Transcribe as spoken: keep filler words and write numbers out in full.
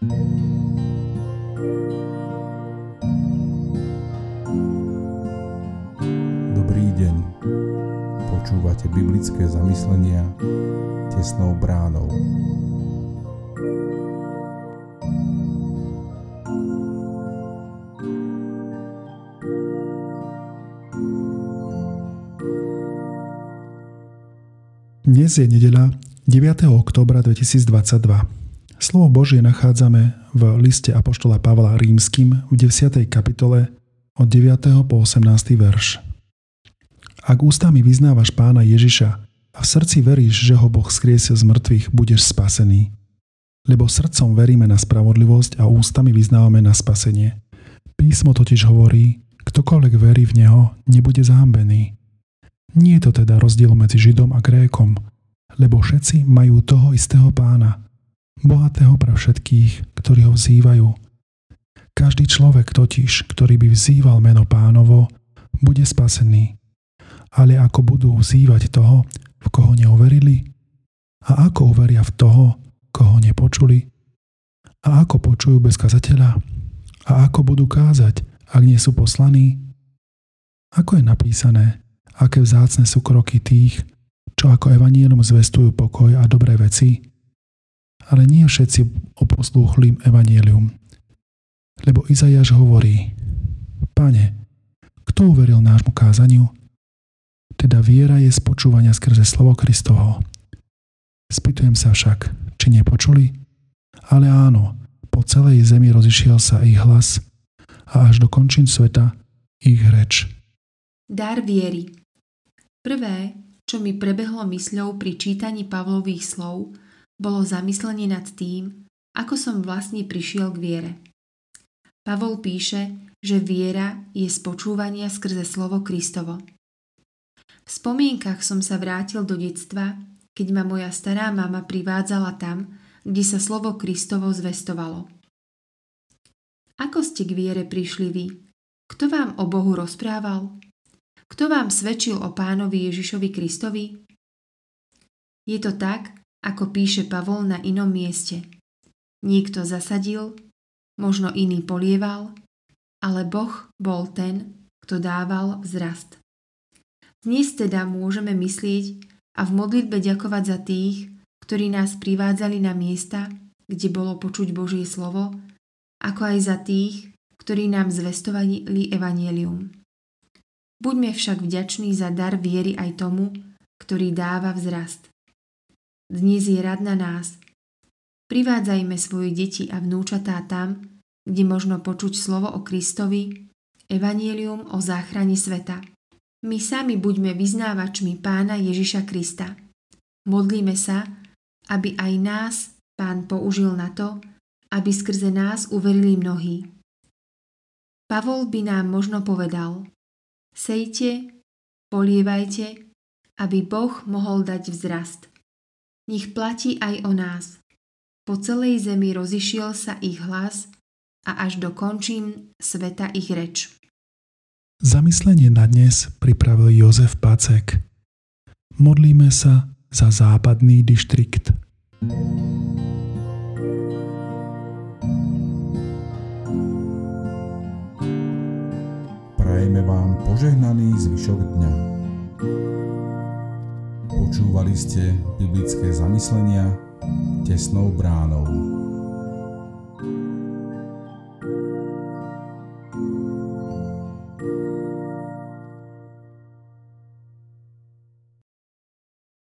Dobrý deň. Počúvate biblické zamyslenia Tesnou bránou. Dnes je nedeľa deviateho októbra dvetisícdvadsaťdva. Slovo Božie nachádzame v liste apoštola Pavla Rímskym v desiatej kapitole od deviateho po osemnásty verš. Ak ústami vyznávaš Pána Ježiša a v srdci veríš, že ho Boh skriesil z mŕtvych, budeš spasený. Lebo srdcom veríme na spravodlivosť a ústami vyznávame na spasenie. Písmo totiž hovorí, ktokoľvek verí v neho, nebude zahambený. Nie je to teda rozdiel medzi Židom a Grékom, lebo všetci majú toho istého Pána, bohatého pre všetkých, ktorí ho vzývajú. Každý človek totiž, ktorý by vzýval meno Pánovo, bude spasený. Ale ako budú vzývať toho, v koho neuverili? A ako uveria v toho, koho nepočuli? A ako počujú bez kazateľa? A ako budú kázať, ak nie sú poslaní? Ako je napísané, aké vzácne sú kroky tých, čo ako evanjelium zvestujú pokoj a dobré veci, ale nie všetci oposlúchli evanjelium. Lebo Izaiáš hovorí: Pane, kto uveril nášmu kázaniu? Teda viera je z počúvania skrze slovo Kristovo. Spýtujem sa však, či nepočuli? Ale áno, po celej zemi rozišiel sa ich hlas a až do končín sveta ich reč. Dar viery. Prvé, čo mi prebehlo mysľou pri čítaní Pavlových slov, bolo zamyslenie nad tým, ako som vlastne prišiel k viere. Pavol píše, že viera je z počúvania skrze slovo Kristovo. V spomienkach som sa vrátil do detstva, keď ma moja stará mama privádzala tam, kde sa slovo Kristovo zvestovalo. Ako ste k viere prišli vy? Kto vám o Bohu rozprával? Kto vám svedčil o Pánovi Ježišovi Kristovi? Je to tak, ako píše Pavol na inom mieste. Niekto zasadil, možno iný polieval, ale Boh bol ten, kto dával vzrast. Dnes teda môžeme myslieť a v modlitbe ďakovať za tých, ktorí nás privádzali na miesta, kde bolo počuť Božie slovo, ako aj za tých, ktorí nám zvestovali evanjelium. Buďme však vďační za dar viery aj tomu, ktorý dáva vzrast. Dnes je rad na nás. Privádzajme svoje deti a vnúčatá tam, kde možno počuť slovo o Kristovi, evanjelium o záchrane sveta. My sami buďme vyznávačmi Pána Ježiša Krista. Modlíme sa, aby aj nás Pán použil na to, aby skrze nás uverili mnohí. Pavol by nám možno povedal: Sejte, polievajte, aby Boh mohol dať vzrast. Nech platí aj o nás. Po celej zemi rozišiel sa ich hlas a až do končín sveta ich reč. Zamyslenie na dnes pripravil Jozef Pacek. Modlíme sa za západný dištrikt. Prajeme vám požehnaný zvyšok dňa. Počúvali ste biblické zamyslenia Tesnou bránou.